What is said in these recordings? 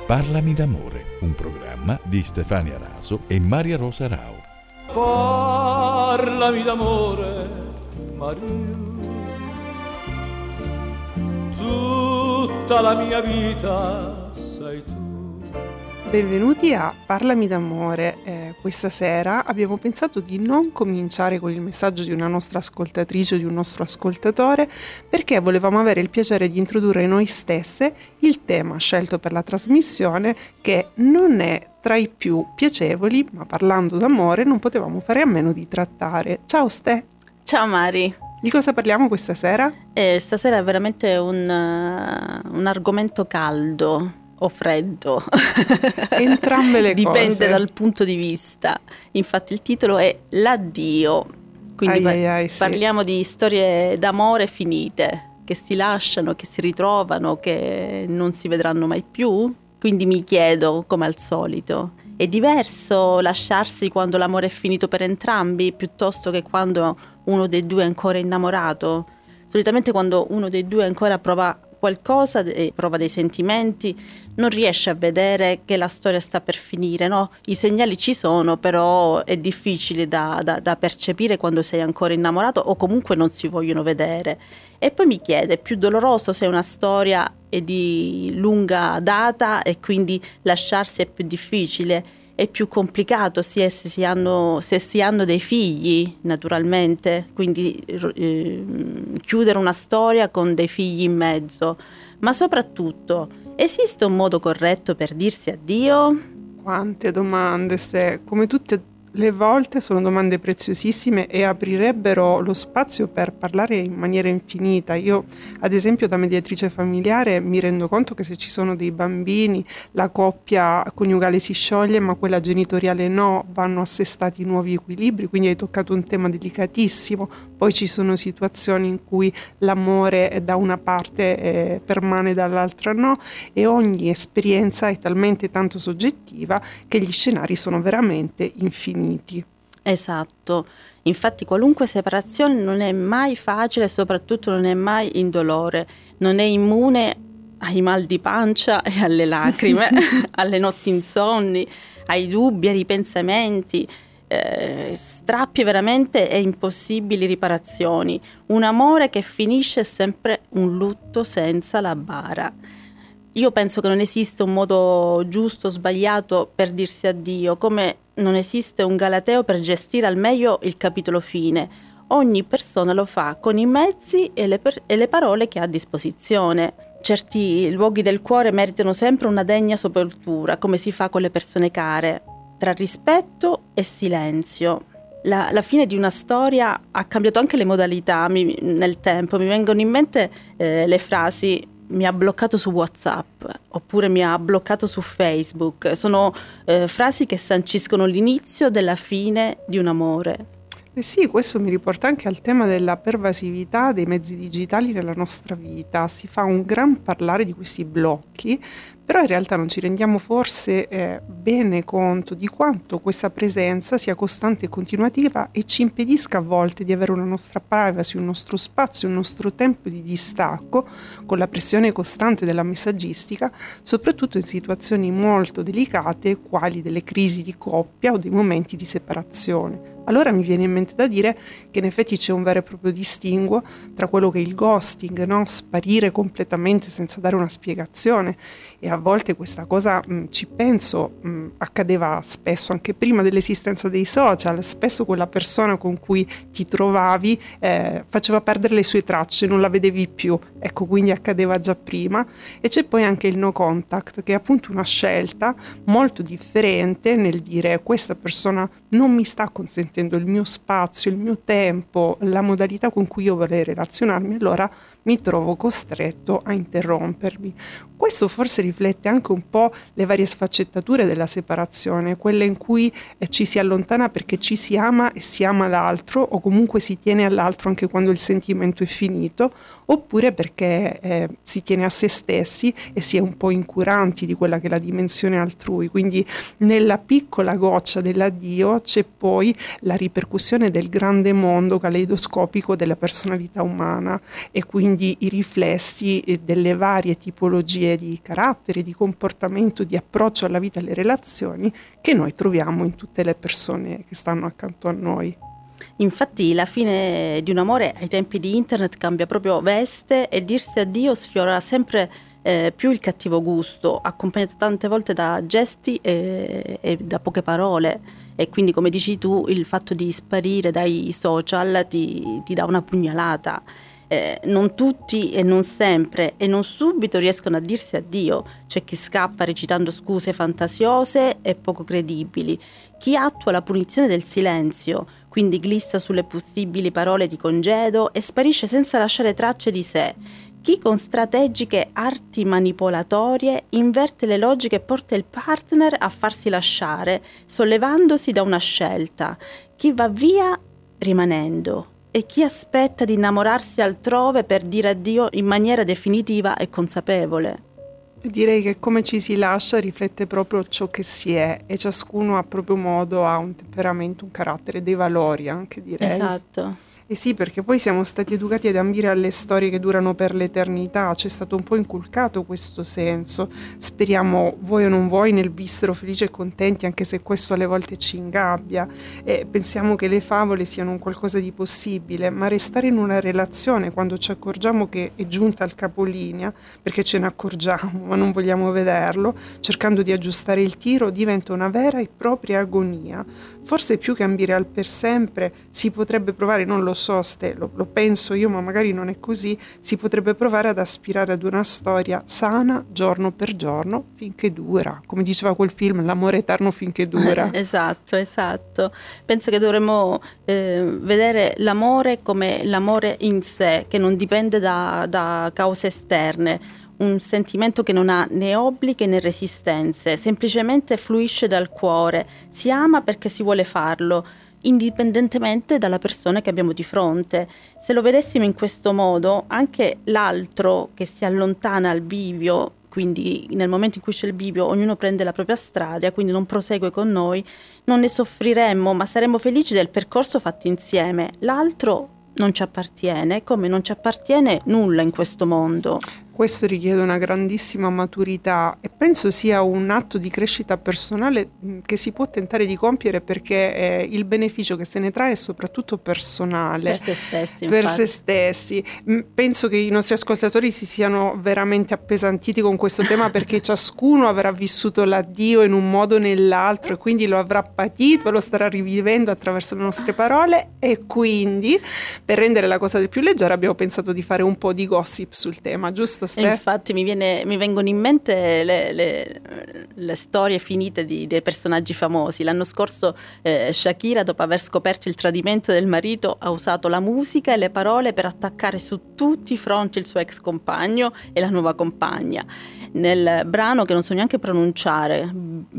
Parlami d'amore, un programma di Stefania Raso e Maria Rosa Rao. Parlami d'amore, Maria, tutta la mia vita sei tu. Benvenuti a Parlami d'amore. Questa sera abbiamo pensato di non cominciare con il messaggio di una nostra ascoltatrice o di un nostro ascoltatore, perché volevamo avere il piacere di introdurre noi stesse il tema scelto per la trasmissione, che non è tra i più piacevoli, ma parlando d'amore non potevamo fare a meno di trattare. Ciao Ste! Ciao Mari! Di cosa parliamo questa sera? Stasera è veramente un argomento caldo o freddo. Entrambe le cose. Dipende dal punto di vista. Infatti il titolo è L'addio. Quindi parliamo di storie d'amore finite, che si lasciano, che si ritrovano, che non si vedranno mai più. Quindi mi chiedo, come al solito, è diverso lasciarsi quando l'amore è finito per entrambi, piuttosto che quando uno dei due è ancora innamorato? Solitamente quando uno dei due ancora prova qualcosa, prova dei sentimenti, non riesce a vedere che la storia sta per finire, no? I segnali ci sono, però è difficile da percepire quando sei ancora innamorato o comunque non si vogliono vedere. E poi mi chiede, è più doloroso se una storia è di lunga data e quindi lasciarsi è più difficile? È più complicato se si hanno dei figli, naturalmente, quindi chiudere una storia con dei figli in mezzo. Ma soprattutto, esiste un modo corretto per dirsi addio? Quante domande, se come tutte le volte sono domande preziosissime e aprirebbero lo spazio per parlare in maniera infinita. Io, ad esempio, da mediatrice familiare mi rendo conto che se ci sono dei bambini, la coppia coniugale si scioglie, ma quella genitoriale no, vanno assestati nuovi equilibri, quindi hai toccato un tema delicatissimo. Poi ci sono situazioni in cui l'amore è da una parte permane, dall'altra no, e ogni esperienza è talmente tanto soggettiva che gli scenari sono veramente infiniti. Esatto, infatti qualunque separazione non è mai facile e soprattutto non è mai indolore, non è immune ai mal di pancia e alle lacrime, alle notti insonni, ai dubbi, ai ripensamenti, strappi veramente e impossibili riparazioni. Un amore che finisce è sempre un lutto senza la bara. Io penso che non esiste un modo giusto o sbagliato per dirsi addio, come non esiste un galateo per gestire al meglio il capitolo fine. Ogni persona lo fa con i mezzi e le parole che ha a disposizione. Certi luoghi del cuore meritano sempre una degna sepoltura, come si fa con le persone care, tra rispetto e silenzio. La fine di una storia ha cambiato anche le modalità nel tempo. Mi vengono in mente le frasi "mi ha bloccato su WhatsApp" oppure "mi ha bloccato su Facebook". Sono frasi che sanciscono l'inizio della fine di un amore. Sì, questo mi riporta anche al tema della pervasività dei mezzi digitali nella nostra vita. Si fa un gran parlare di questi blocchi, però in realtà non ci rendiamo forse bene conto di quanto questa presenza sia costante e continuativa e ci impedisca a volte di avere una nostra privacy, un nostro spazio, un nostro tempo di distacco con la pressione costante della messaggistica, soprattutto in situazioni molto delicate quali delle crisi di coppia o dei momenti di separazione. Allora mi viene in mente da dire che in effetti c'è un vero e proprio distinguo tra quello che è il ghosting, no? Sparire completamente senza dare una spiegazione, e a volte questa cosa ci penso accadeva spesso anche prima dell'esistenza dei social. Spesso quella persona con cui ti trovavi faceva perdere le sue tracce, non la vedevi più, ecco, quindi accadeva già prima. E c'è poi anche il no contact, che è appunto una scelta molto differente nel dire: questa persona non mi sta consentendo il mio spazio, il mio tempo, la modalità con cui io vorrei relazionarmi, allora mi trovo costretto a interrompermi. Questo forse riflette anche un po' le varie sfaccettature della separazione, quelle in cui ci si allontana perché ci si ama e si ama l'altro, o comunque si tiene all'altro anche quando il sentimento è finito, oppure perché si tiene a se stessi e si è un po' incuranti di quella che è la dimensione altrui. Quindi nella piccola goccia dell'addio c'è poi la ripercussione del grande mondo caleidoscopico della personalità umana, e quindi quindi i riflessi delle varie tipologie di carattere, di comportamento, di approccio alla vita e alle relazioni che noi troviamo in tutte le persone che stanno accanto a noi. Infatti la fine di un amore ai tempi di internet cambia proprio veste e dirsi addio sfiora sempre più il cattivo gusto, accompagnato tante volte da gesti e da poche parole. E quindi, come dici tu, il fatto di sparire dai social ti dà una pugnalata. Non tutti e non sempre e non subito riescono a dirsi addio. C'è chi scappa recitando scuse fantasiose e poco credibili, chi attua la punizione del silenzio, quindi glissa sulle possibili parole di congedo e sparisce senza lasciare tracce di sé, chi con strategiche arti manipolatorie inverte le logiche e porta il partner a farsi lasciare, sollevandosi da una scelta, chi va via rimanendo e chi aspetta di innamorarsi altrove per dire addio in maniera definitiva e consapevole. Direi che come ci si lascia riflette proprio ciò che si è e ciascuno a proprio modo ha un temperamento, un carattere, dei valori anche, direi. Esatto. Eh sì, perché poi siamo stati educati ad ambire alle storie che durano per l'eternità, c'è stato un po' inculcato questo senso. Speriamo, vuoi o non vuoi, nel vissero felici e contenti, anche se questo alle volte ci ingabbia. E pensiamo che le favole siano un qualcosa di possibile, ma restare in una relazione quando ci accorgiamo che è giunta al capolinea, perché ce ne accorgiamo ma non vogliamo vederlo, cercando di aggiustare il tiro, diventa una vera e propria agonia. Forse più che ambire al per sempre si potrebbe provare, non lo so Ste, lo penso io, ma magari non è così, si potrebbe provare ad aspirare ad una storia sana giorno per giorno finché dura, come diceva quel film, l'amore eterno finché dura. Esatto. Penso che dovremmo vedere l'amore come l'amore in sé, che non dipende da cause esterne, un sentimento che non ha né obblighi né resistenze, semplicemente fluisce dal cuore, si ama perché si vuole farlo, indipendentemente dalla persona che abbiamo di fronte. Se lo vedessimo in questo modo, anche l'altro che si allontana al bivio, quindi nel momento in cui c'è il bivio ognuno prende la propria strada, quindi non prosegue con noi, non ne soffriremmo, ma saremmo felici del percorso fatto insieme. L'altro non ci appartiene, come non ci appartiene nulla in questo mondo. Questo richiede una grandissima maturità e penso sia un atto di crescita personale che si può tentare di compiere, perché il beneficio che se ne trae è soprattutto personale. Per se stessi, per infatti. se stessi. Penso che i nostri ascoltatori si siano veramente appesantiti con questo tema, perché ciascuno avrà vissuto l'addio in un modo o nell'altro e quindi lo avrà patito, lo starà rivivendo attraverso le nostre parole, e quindi per rendere la cosa più leggera abbiamo pensato di fare un po' di gossip sul tema, giusto? E infatti mi vengono in mente le storie finite dei personaggi famosi. L'anno scorso Shakira, dopo aver scoperto il tradimento del marito, ha usato la musica e le parole per attaccare su tutti i fronti il suo ex compagno e la nuova compagna. Nel brano, che non so neanche pronunciare,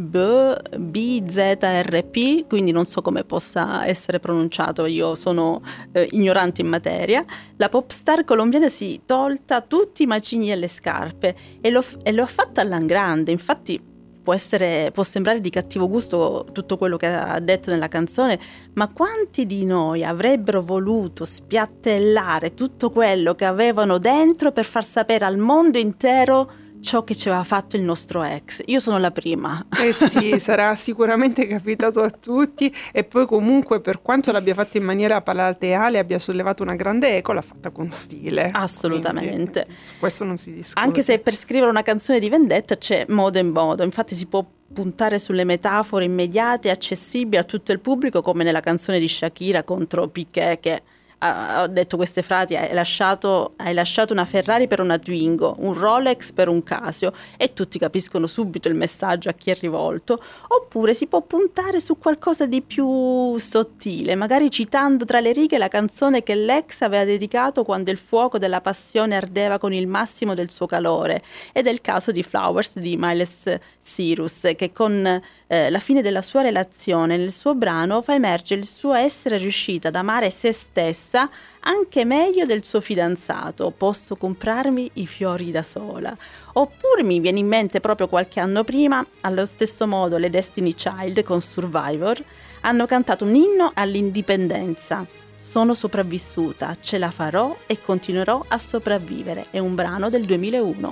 BZRP, quindi non so come possa essere pronunciato, io sono ignorante in materia, la popstar colombiana si è tolta tutti i macigni alle scarpe e lo ha fatto alla grande. Infatti può sembrare di cattivo gusto tutto quello che ha detto nella canzone, ma quanti di noi avrebbero voluto spiattellare tutto quello che avevano dentro per far sapere al mondo intero ciò che ci aveva fatto il nostro ex? Io sono la prima. Eh sì, sarà sicuramente capitato a tutti, e poi comunque, per quanto l'abbia fatta in maniera palateale, abbia sollevato una grande eco, l'ha fatta con stile. Assolutamente. Quindi, questo non si discute. Anche se per scrivere una canzone di vendetta c'è modo e modo, infatti si può puntare sulle metafore immediate e accessibili a tutto il pubblico, come nella canzone di Shakira contro Piqué, che ha detto queste frasi: hai lasciato una Ferrari per una Twingo, un Rolex per un Casio, e tutti capiscono subito il messaggio a chi è rivolto. Oppure si può puntare su qualcosa di più sottile, magari citando tra le righe la canzone che l'ex aveva dedicato quando il fuoco della passione ardeva con il massimo del suo calore, ed è il caso di Flowers di Miley Cyrus, che con la fine della sua relazione nel suo brano fa emergere il suo essere riuscita ad amare se stessa anche meglio del suo fidanzato. Posso comprarmi i fiori da sola. Oppure mi viene in mente, proprio qualche anno prima, allo stesso modo le Destiny Child con Survivor hanno cantato un inno all'indipendenza. Sono sopravvissuta, ce la farò e continuerò a sopravvivere. È un brano del 2001.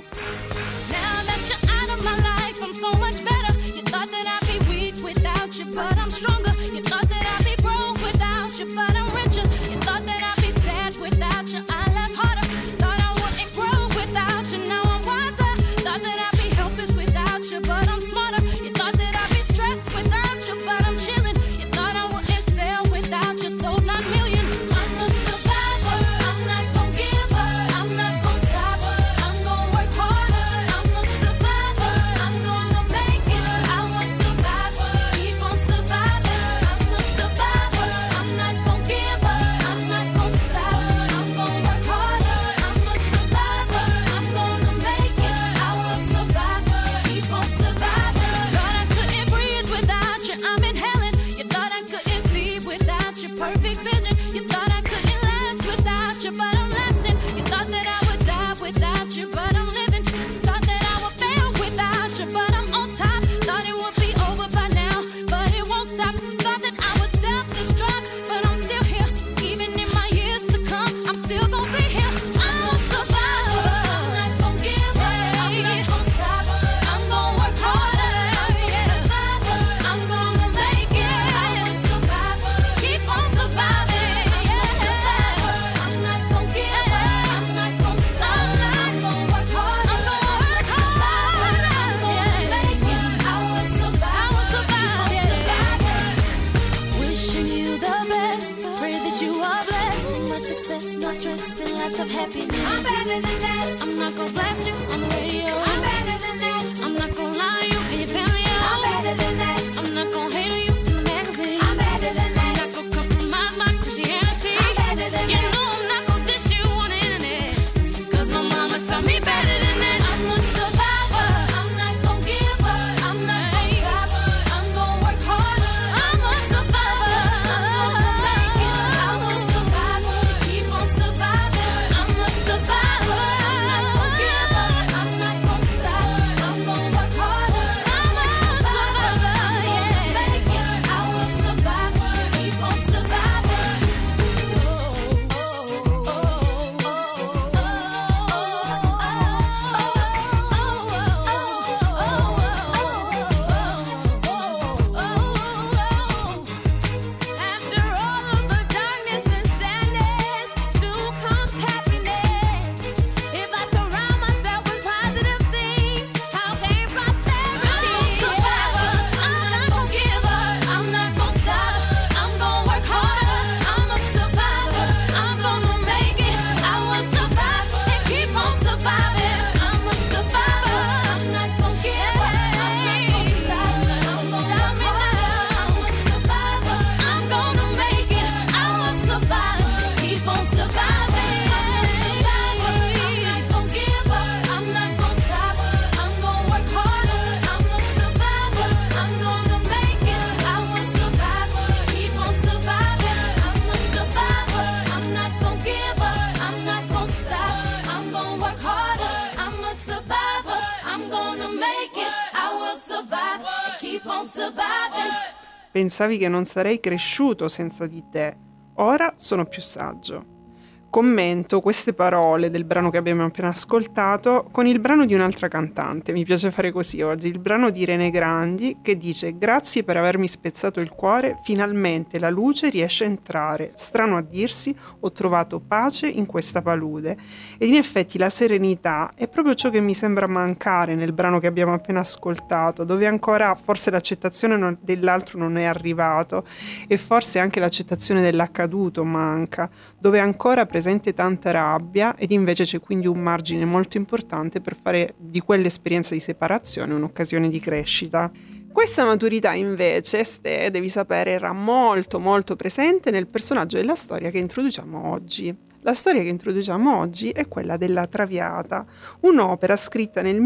Pensavi che non sarei cresciuto senza di te. Ora sono più saggio. Commento queste parole del brano che abbiamo appena ascoltato con il brano di un'altra cantante. Mi piace fare così oggi, il brano di Irene Grandi che dice: grazie per avermi spezzato il cuore, finalmente la luce riesce a entrare. Strano a dirsi, ho trovato pace in questa palude. Ed in effetti la serenità è proprio ciò che mi sembra mancare nel brano che abbiamo appena ascoltato, dove ancora forse l'accettazione dell'altro non è arrivato e forse anche l'accettazione dell'accaduto manca, dove ancora presente tanta rabbia ed invece c'è quindi un margine molto importante per fare di quell'esperienza di separazione un'occasione di crescita. Questa maturità invece, Ste, devi sapere, era molto molto presente nel personaggio della storia che introduciamo oggi. La storia che introduciamo oggi è quella della Traviata, un'opera scritta nel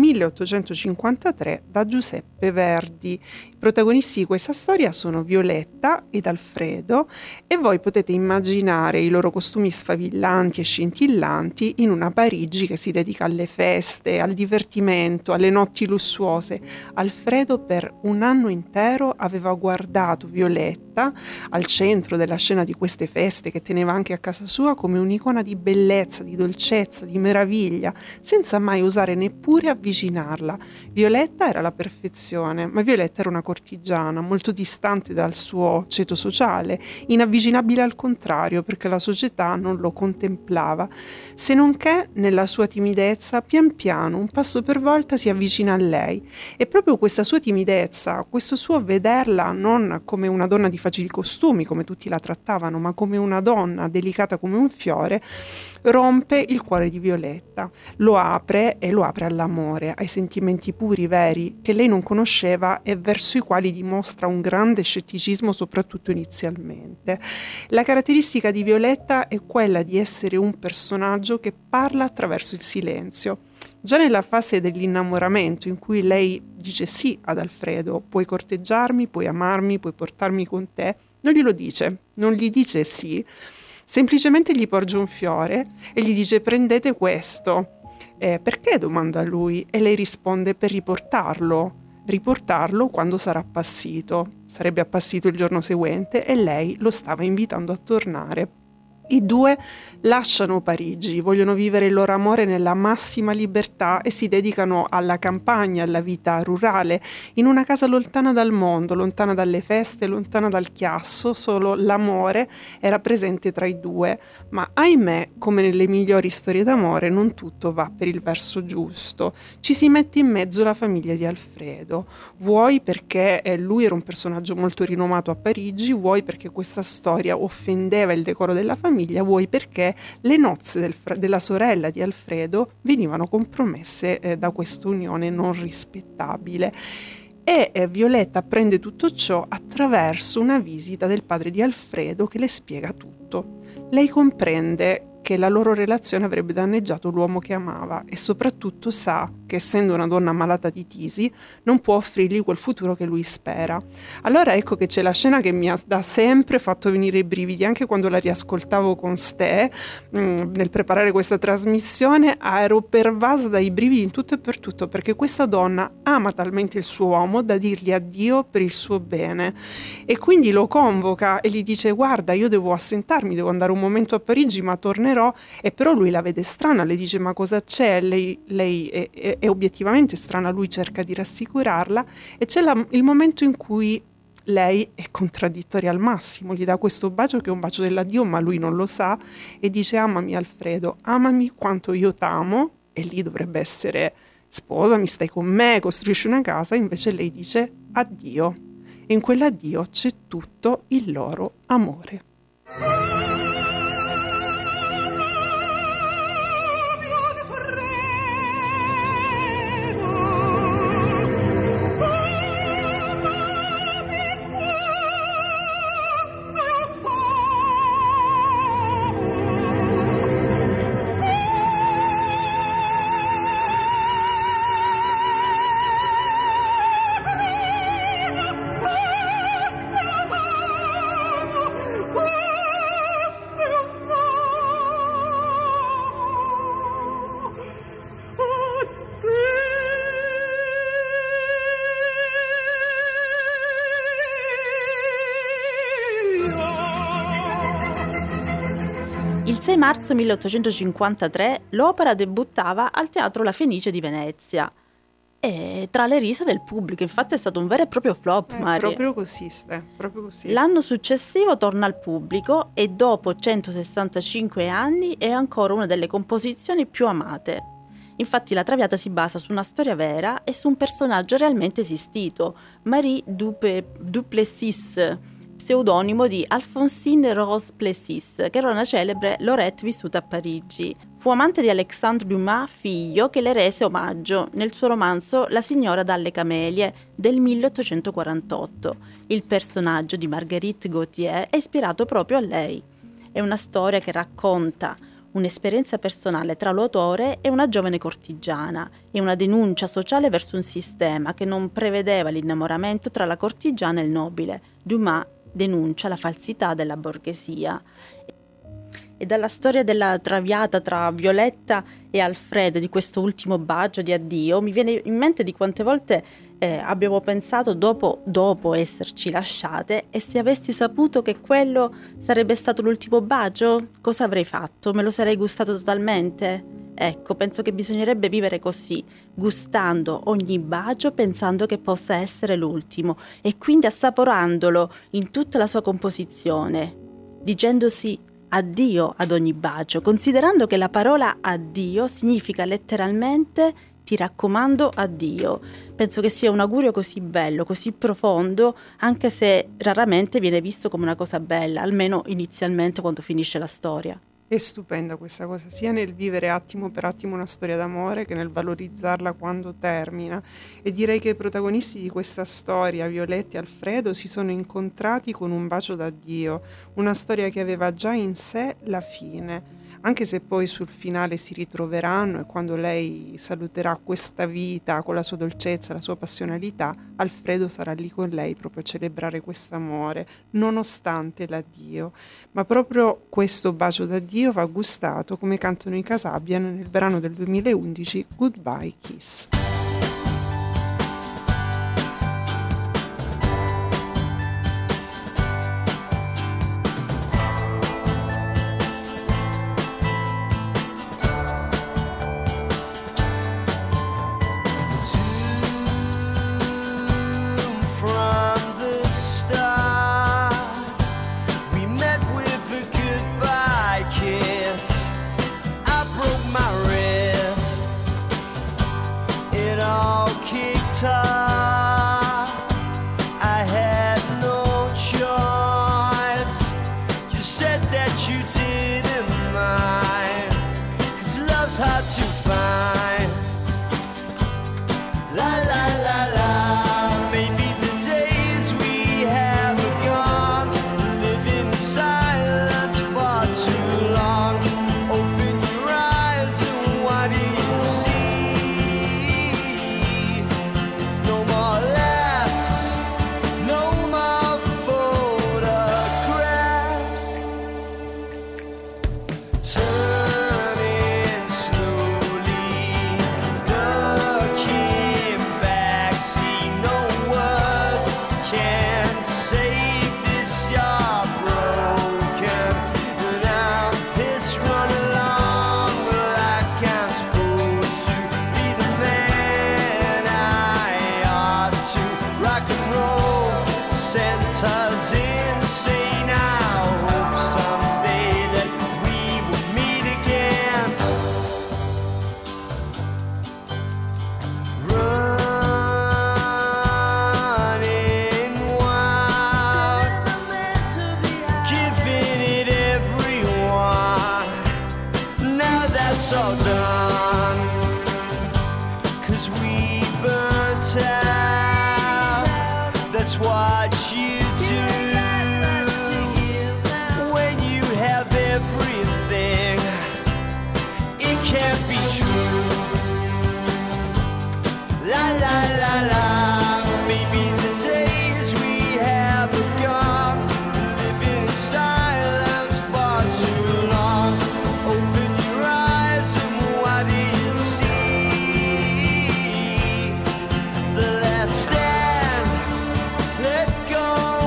1853 da Giuseppe Verdi. I protagonisti di questa storia sono Violetta ed Alfredo e voi potete immaginare i loro costumi sfavillanti e scintillanti in una Parigi che si dedica alle feste, al divertimento, alle notti lussuose. Alfredo per un anno intero aveva guardato Violetta Violetta al centro della scena di queste feste che teneva anche a casa sua come un'icona di bellezza, di dolcezza, di meraviglia, senza mai osare neppure avvicinarla. Violetta era la perfezione, ma Violetta era una cortigiana, molto distante dal suo ceto sociale, inavvicinabile al contrario, perché la società non lo contemplava. Se non che, nella sua timidezza, pian piano, un passo per volta, si avvicina a lei. E proprio questa sua timidezza, questo suo vederla non come una donna di facili costumi, come tutti la trattavano, ma come una donna delicata come un fiore, rompe il cuore di Violetta. Lo apre e lo apre all'amore, ai sentimenti puri, veri, che lei non conosceva e verso i quali dimostra un grande scetticismo, soprattutto inizialmente. La caratteristica di Violetta è quella di essere un personaggio che parla attraverso il silenzio. Già nella fase dell'innamoramento, in cui lei dice sì ad Alfredo, puoi corteggiarmi, puoi amarmi, puoi portarmi con te, non glielo dice, non gli dice sì, semplicemente gli porge un fiore e gli dice prendete questo. Perché? Domanda lui, e lei risponde per riportarlo quando sarà appassito. Sarebbe appassito il giorno seguente e lei lo stava invitando a tornare. I due lasciano Parigi, vogliono vivere il loro amore nella massima libertà e si dedicano alla campagna, alla vita rurale, in una casa lontana dal mondo, lontana dalle feste, lontana dal chiasso. Solo l'amore era presente tra i due, ma ahimè, come nelle migliori storie d'amore, non tutto va per il verso giusto. Ci si mette in mezzo la famiglia di Alfredo, vuoi perché lui era un personaggio molto rinomato a Parigi, vuoi perché questa storia offendeva il decoro della famiglia, vuoi perché le nozze della sorella di Alfredo venivano compromesse da questa unione non rispettabile. E Violetta apprende tutto ciò attraverso una visita del padre di Alfredo che le spiega tutto. Lei comprende che la loro relazione avrebbe danneggiato l'uomo che amava e soprattutto sa che, essendo una donna malata di tisi, non può offrirgli quel futuro che lui spera. Allora ecco che c'è la scena che mi ha da sempre fatto venire i brividi, anche quando la riascoltavo con Ste, nel preparare questa trasmissione ero pervasa dai brividi in tutto e per tutto, perché questa donna ama talmente il suo uomo da dirgli addio per il suo bene, e quindi lo convoca e gli dice guarda, io devo assentarmi, devo andare un momento a Parigi, ma tornerò. E però lui la vede strana, le dice ma cosa c'è? Lei è obiettivamente strana, lui cerca di rassicurarla e c'è il momento in cui lei è contraddittoria al massimo, gli dà questo bacio che è un bacio dell'addio, ma lui non lo sa e dice amami Alfredo, amami quanto io t'amo, e lì dovrebbe essere sposami, stai con me, costruisci una casa, invece lei dice addio, e in quell'addio c'è tutto il loro amore. Il 6 marzo 1853 l'opera debuttava al Teatro La Fenice di Venezia e tra le risa del pubblico, infatti è stato un vero e proprio flop, Maria. Proprio così, proprio così. L'anno successivo torna al pubblico e dopo 165 anni è ancora una delle composizioni più amate. Infatti la Traviata si basa su una storia vera e su un personaggio realmente esistito, Marie Duplessis, pseudonimo di Alphonsine Rose Plessis, che era una celebre Lorette vissuta a Parigi. Fu amante di Alexandre Dumas, figlio, che le rese omaggio nel suo romanzo La signora dalle camelie del 1848. Il personaggio di Marguerite Gautier è ispirato proprio a lei. È una storia che racconta un'esperienza personale tra l'autore e una giovane cortigiana e una denuncia sociale verso un sistema che non prevedeva l'innamoramento tra la cortigiana e il nobile. Dumas denuncia la falsità della borghesia. E dalla storia della Traviata tra Violetta e Alfredo, di questo ultimo bacio di addio, mi viene in mente di quante volte abbiamo pensato dopo esserci lasciate, e se avessi saputo che quello sarebbe stato l'ultimo bacio, cosa avrei fatto? Me lo sarei gustato totalmente? Ecco, penso che bisognerebbe vivere così, gustando ogni bacio pensando che possa essere l'ultimo e quindi assaporandolo in tutta la sua composizione, dicendosi addio ad ogni bacio, considerando che la parola addio significa letteralmente ti raccomando addio. Penso che sia un augurio così bello, così profondo, anche se raramente viene visto come una cosa bella, almeno inizialmente quando finisce la storia. È stupenda questa cosa, sia nel vivere attimo per attimo una storia d'amore che nel valorizzarla quando termina. E direi che i protagonisti di questa storia, Violetta e Alfredo, si sono incontrati con un bacio d'addio, una storia che aveva già in sé la fine. Anche se poi sul finale si ritroveranno e quando lei saluterà questa vita con la sua dolcezza, la sua passionalità, Alfredo sarà lì con lei proprio a celebrare quest'amore, nonostante l'addio. Ma proprio questo bacio d'addio va gustato, come cantano i Kasabian nel brano del 2011, Goodbye Kiss. Go!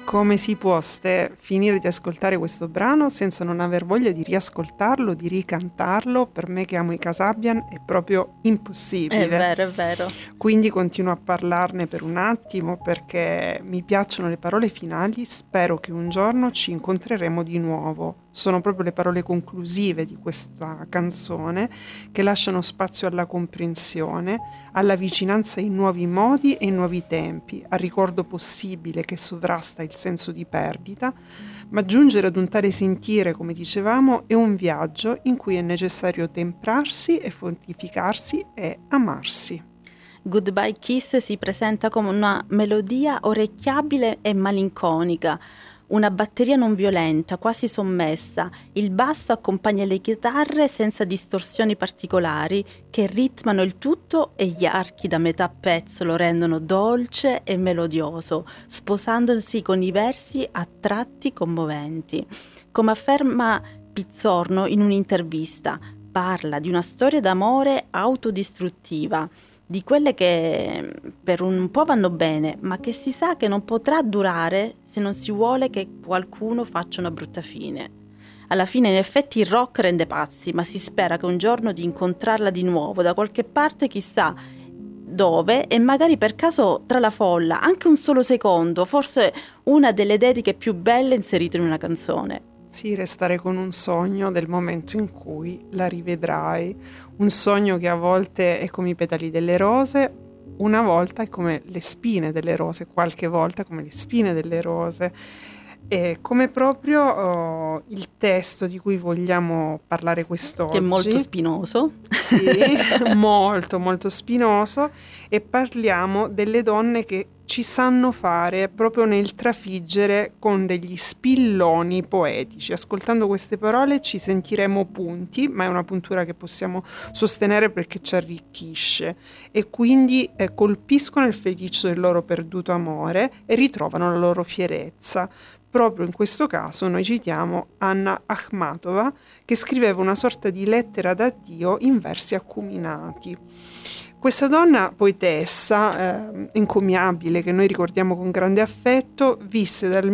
Come si può finire di ascoltare questo brano senza non aver voglia di riascoltarlo, di ricantarlo? Per me che amo i Kasabian è proprio impossibile. È vero, è vero. Quindi continuo a parlarne per un attimo perché mi piacciono le parole finali, spero che un giorno ci incontreremo di nuovo. Sono proprio le parole conclusive di questa canzone che lasciano spazio alla comprensione, alla vicinanza in nuovi modi e in nuovi tempi, al ricordo possibile che sovrasta il senso di perdita, ma giungere ad un tale sentire, come dicevamo, è un viaggio in cui è necessario temprarsi e fortificarsi e amarsi. Goodbye Kiss si presenta come una melodia orecchiabile e malinconica, una batteria non violenta, quasi sommessa. Il basso accompagna le chitarre senza distorsioni particolari che ritmano il tutto e gli archi da metà pezzo lo rendono dolce e melodioso, sposandosi con i versi a tratti commoventi. Come afferma Pizzorno in un'intervista, parla di una storia d'amore autodistruttiva, di quelle che per un po' vanno bene, ma che si sa che non potrà durare se non si vuole che qualcuno faccia una brutta fine. Alla fine, in effetti, il rock rende pazzi, ma si spera che un giorno di incontrarla di nuovo, da qualche parte, chissà dove, e magari per caso tra la folla, anche un solo secondo, forse una delle dediche più belle inserite in una canzone. Sì, restare con un sogno del momento in cui la rivedrai, un sogno che a volte è come i petali delle rose, una volta è come le spine delle rose, qualche volta è come le spine delle rose. È come proprio il testo di cui vogliamo parlare quest'oggi. Che è molto spinoso. Sì, molto molto spinoso, e parliamo delle donne che ci sanno fare proprio nel trafiggere con degli spilloni poetici. Ascoltando queste parole ci sentiremo punti, ma è una puntura che possiamo sostenere perché ci arricchisce, e quindi colpiscono il feticcio del loro perduto amore e ritrovano la loro fierezza. Proprio in questo caso noi citiamo Anna Akhmatova, che scriveva una sorta di lettera d'addio in versi acuminati. Questa donna poetessa encomiabile, che noi ricordiamo con grande affetto, visse dal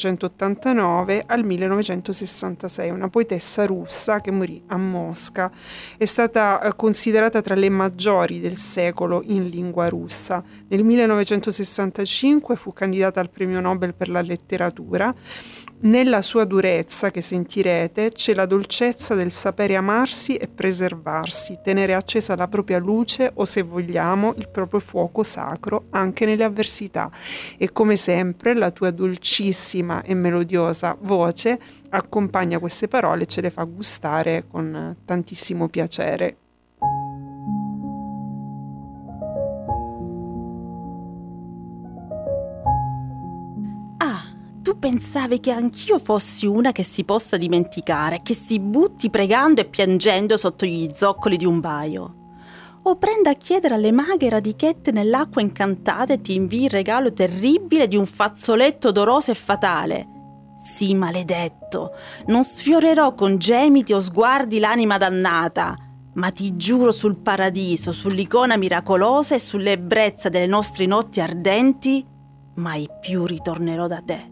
1889 al 1966, una poetessa russa che morì a Mosca. È stata considerata tra le maggiori del secolo in lingua russa. Nel 1965 fu candidata al premio Nobel per la letteratura. Nella sua durezza, che sentirete, c'è la dolcezza del sapere amarsi e preservarsi, tenere accesa la propria luce o, se vogliamo, il proprio fuoco sacro anche nelle avversità. E come sempre la tua dolcissima e melodiosa voce accompagna queste parole e ce le fa gustare con tantissimo piacere. Tu pensavi che anch'io fossi una che si possa dimenticare, che si butti pregando e piangendo sotto gli zoccoli di un baio? O prenda a chiedere alle maghe radichette nell'acqua incantata e ti invii il regalo terribile di un fazzoletto odoroso e fatale? Sì, maledetto, non sfiorerò con gemiti o sguardi l'anima dannata, ma ti giuro sul paradiso, sull'icona miracolosa e sull'ebbrezza delle nostre notti ardenti, mai più ritornerò da te.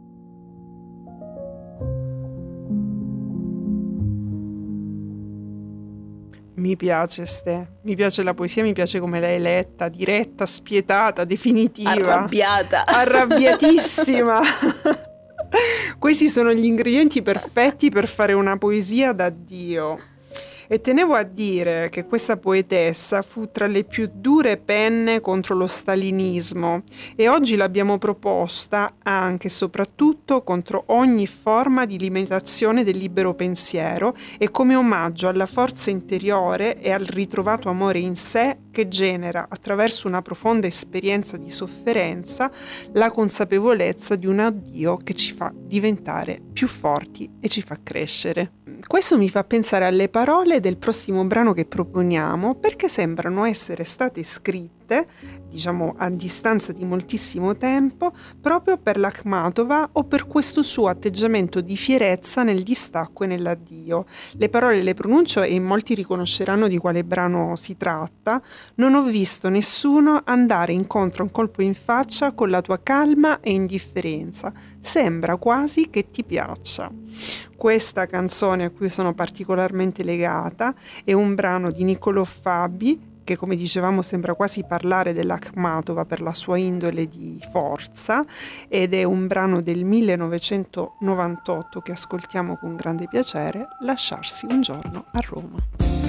Mi piace mi piace la poesia, mi piace come l'hai letta, diretta, spietata, definitiva. Arrabbiatissima. Questi sono gli ingredienti perfetti per fare una poesia d'addio. E tenevo a dire che questa poetessa fu tra le più dure penne contro lo stalinismo, e oggi l'abbiamo proposta anche e soprattutto contro ogni forma di limitazione del libero pensiero, e come omaggio alla forza interiore e al ritrovato amore in sé che genera, attraverso una profonda esperienza di sofferenza, la consapevolezza di un addio che ci fa diventare più forti e ci fa crescere. Questo mi fa pensare alle parole del prossimo brano che proponiamo, perché sembrano essere state scritte morte, diciamo a distanza di moltissimo tempo, proprio per l'Akhmatova o per questo suo atteggiamento di fierezza nel distacco e nell'addio. Le parole le pronuncio e in molti riconosceranno di quale brano si tratta. Non ho visto nessuno andare incontro a un colpo in faccia con la tua calma e indifferenza. Sembra quasi che ti piaccia. Questa canzone a cui sono particolarmente legata è un brano di Niccolò Fabi, che come dicevamo sembra quasi parlare dell'Akhmatova per la sua indole di forza, ed è un brano del 1998 che ascoltiamo con grande piacere, Lasciarsi un giorno a Roma.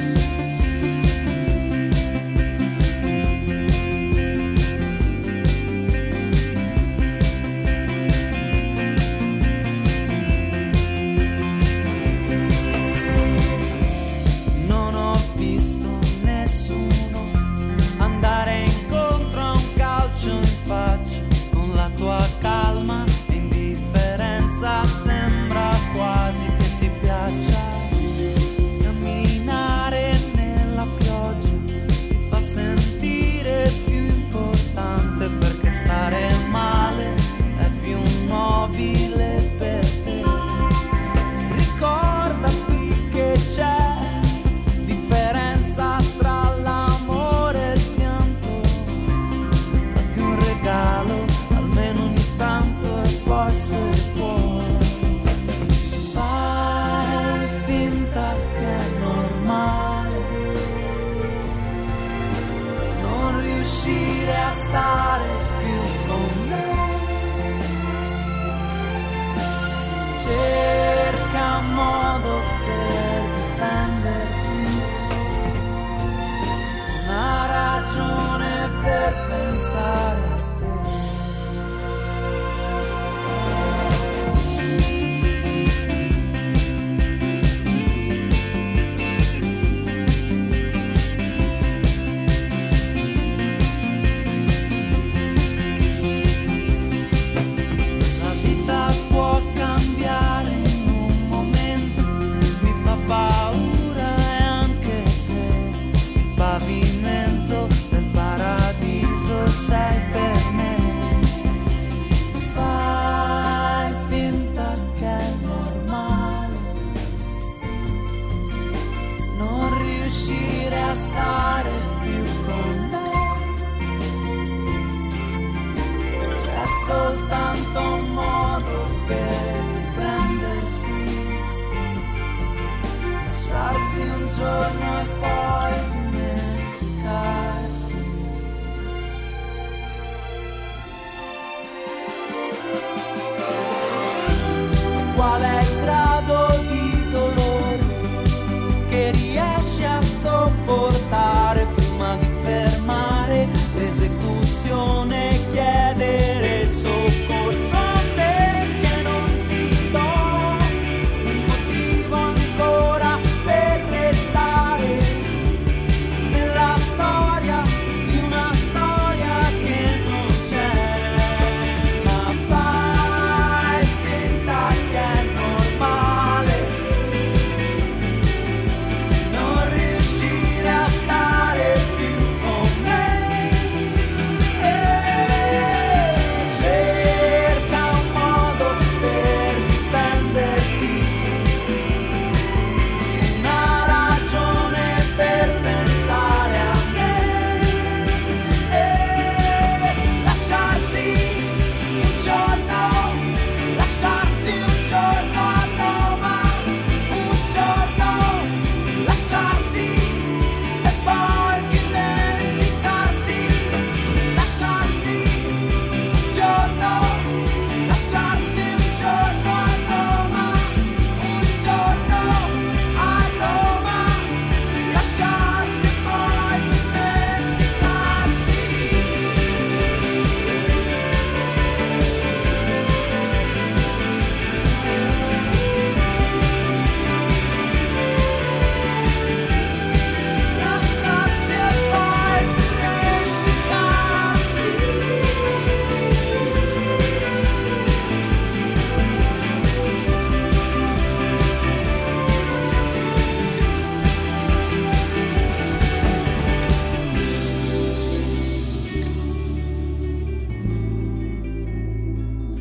Calma e indifferenza, sembra quasi che ti piaccia camminare nella pioggia, ti fa sentire più importante perché stare male è più nobile per te. Ricordati che c'è differenza tra l'amore e il pianto, fatti un regalo tanto e poi se può, fai finta che è normale non riuscire a stare più con me. Cerca un modo per difenderti, una ragione per pensare a te. Sei per me, fai finta che è normale non riuscire a stare più con me. C'è soltanto un modo per riprendersi, lasciarsi un giorno e poi dimenticarsi. Qual è il grado di dolore che riesci a sopportare prima di fermare l'esecuzione, chiedere soccorso? Perché non ti do un motivo ancora per restare nella storia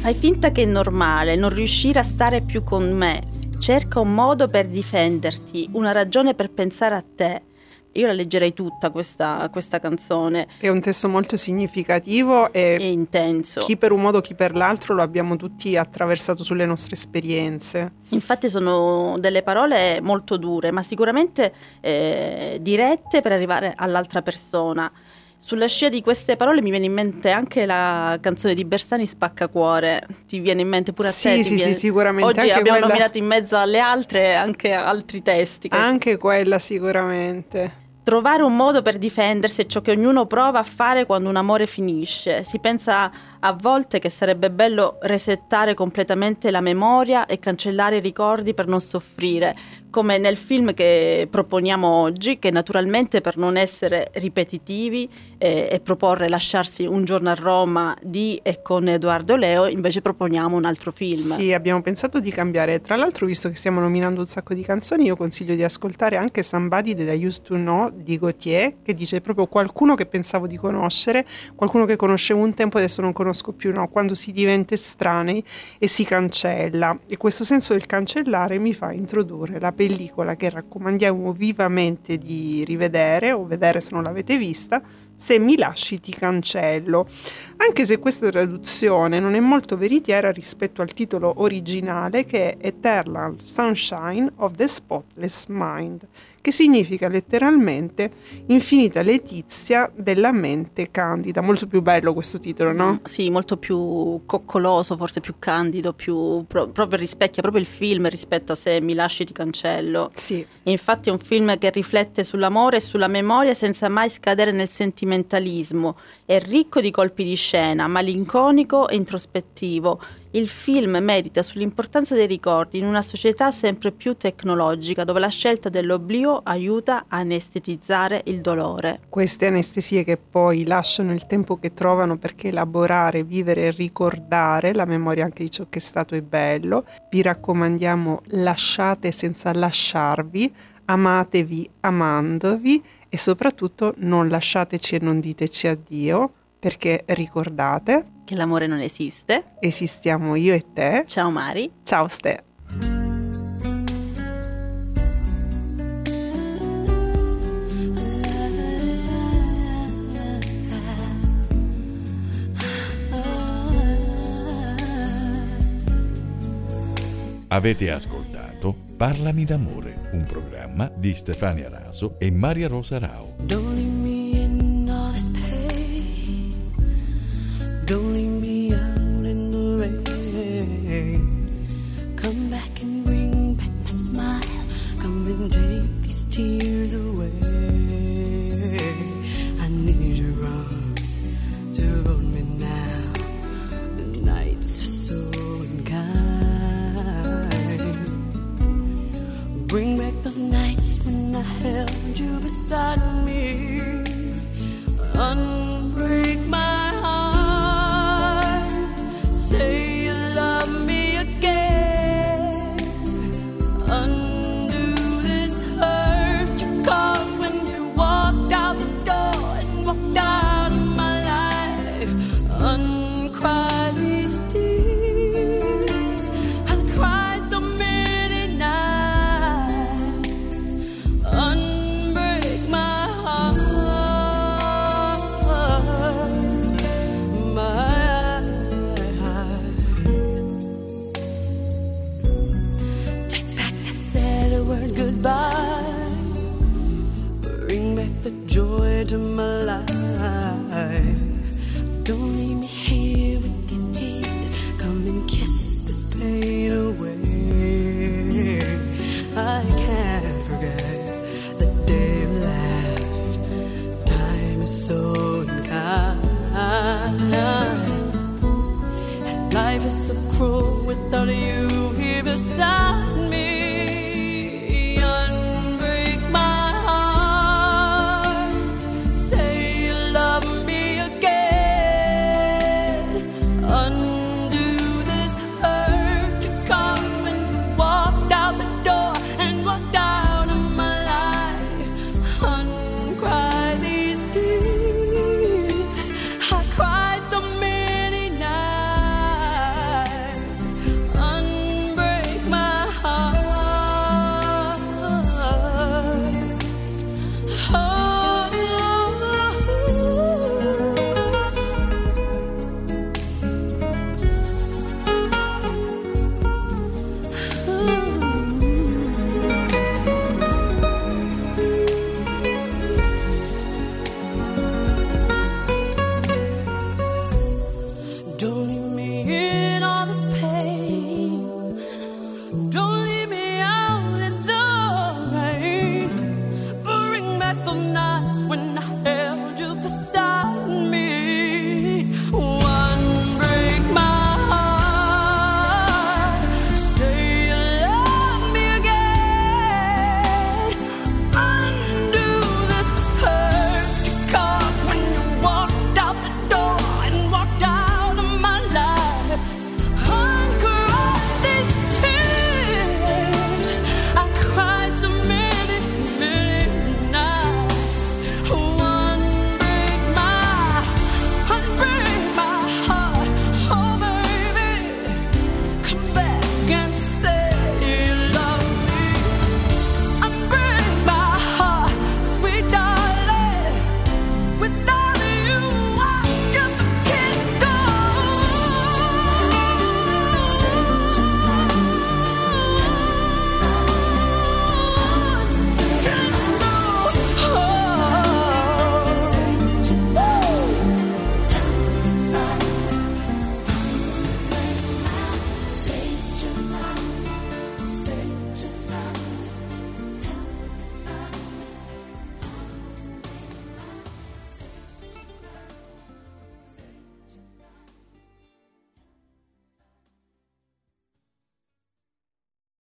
Fai finta che è normale non riuscire a stare più con me. Cerca un modo per difenderti, una ragione per pensare a te. Io la leggerei tutta questa canzone. È un testo molto significativo e intenso. Chi per un modo, chi per l'altro lo abbiamo tutti attraversato sulle nostre esperienze. Infatti sono delle parole molto dure, ma sicuramente dirette per arrivare all'altra persona. Sulla scia di queste parole mi viene in mente anche la canzone di Bersani Spaccacuore. Ti viene in mente pure a te? Sì, sicuramente. Oggi anche abbiamo quella... nominato in mezzo alle altre anche altri testi. Anche quella sicuramente. Trovare un modo per difendersi è ciò che ognuno prova a fare quando un amore finisce. Si pensa a volte che sarebbe bello resettare completamente la memoria e cancellare i ricordi per non soffrire, come nel film che proponiamo oggi, che naturalmente per non essere ripetitivi e proporre Lasciarsi un giorno a Roma di e con Edoardo Leo, invece proponiamo un altro film. Sì, abbiamo pensato di cambiare. Tra l'altro, visto che stiamo nominando un sacco di canzoni, io consiglio di ascoltare anche Somebody That I Used to Know di Gautier, che dice proprio qualcuno che pensavo di conoscere, qualcuno che conoscevo un tempo e adesso non conosco più, no? Quando si diventa estranei e si cancella. E questo senso del cancellare mi fa introdurre la pellicola che raccomandiamo vivamente di rivedere o vedere se non l'avete vista, Se mi lasci ti cancello, anche se questa traduzione non è molto veritiera rispetto al titolo originale, che è Eternal Sunshine of the Spotless Mind, che significa letteralmente infinita letizia della mente candida. Molto più bello questo titolo, no? Sì, molto più coccoloso, forse più candido, proprio rispecchia proprio il film rispetto a Se mi lasci ti cancello. Sì. Infatti è un film che riflette sull'amore e sulla memoria senza mai scadere nel sentimentalismo. È ricco di colpi di scena, malinconico e introspettivo. Il film medita sull'importanza dei ricordi in una società sempre più tecnologica, dove la scelta dell'oblio aiuta a anestetizzare il dolore. Queste anestesie che poi lasciano il tempo che trovano perché elaborare, vivere e ricordare la memoria anche di ciò che è stato e bello. Vi raccomandiamo: lasciate senza lasciarvi, amatevi amandovi e soprattutto non lasciateci e non diteci addio, perché ricordate che l'amore non esiste. Esistiamo io e te. Ciao Mari. Ciao Ste. Avete ascoltato Parlami d'amore, un programma di Stefania Raso e Maria Rosa Rao. Don't leave me in all this pain. Don't leave me out in the rain. Come back and bring back my smile. Come and take these tears away. I need your arms to hold me now. The nights are so unkind. Bring back those nights when I held you beside me. this pain.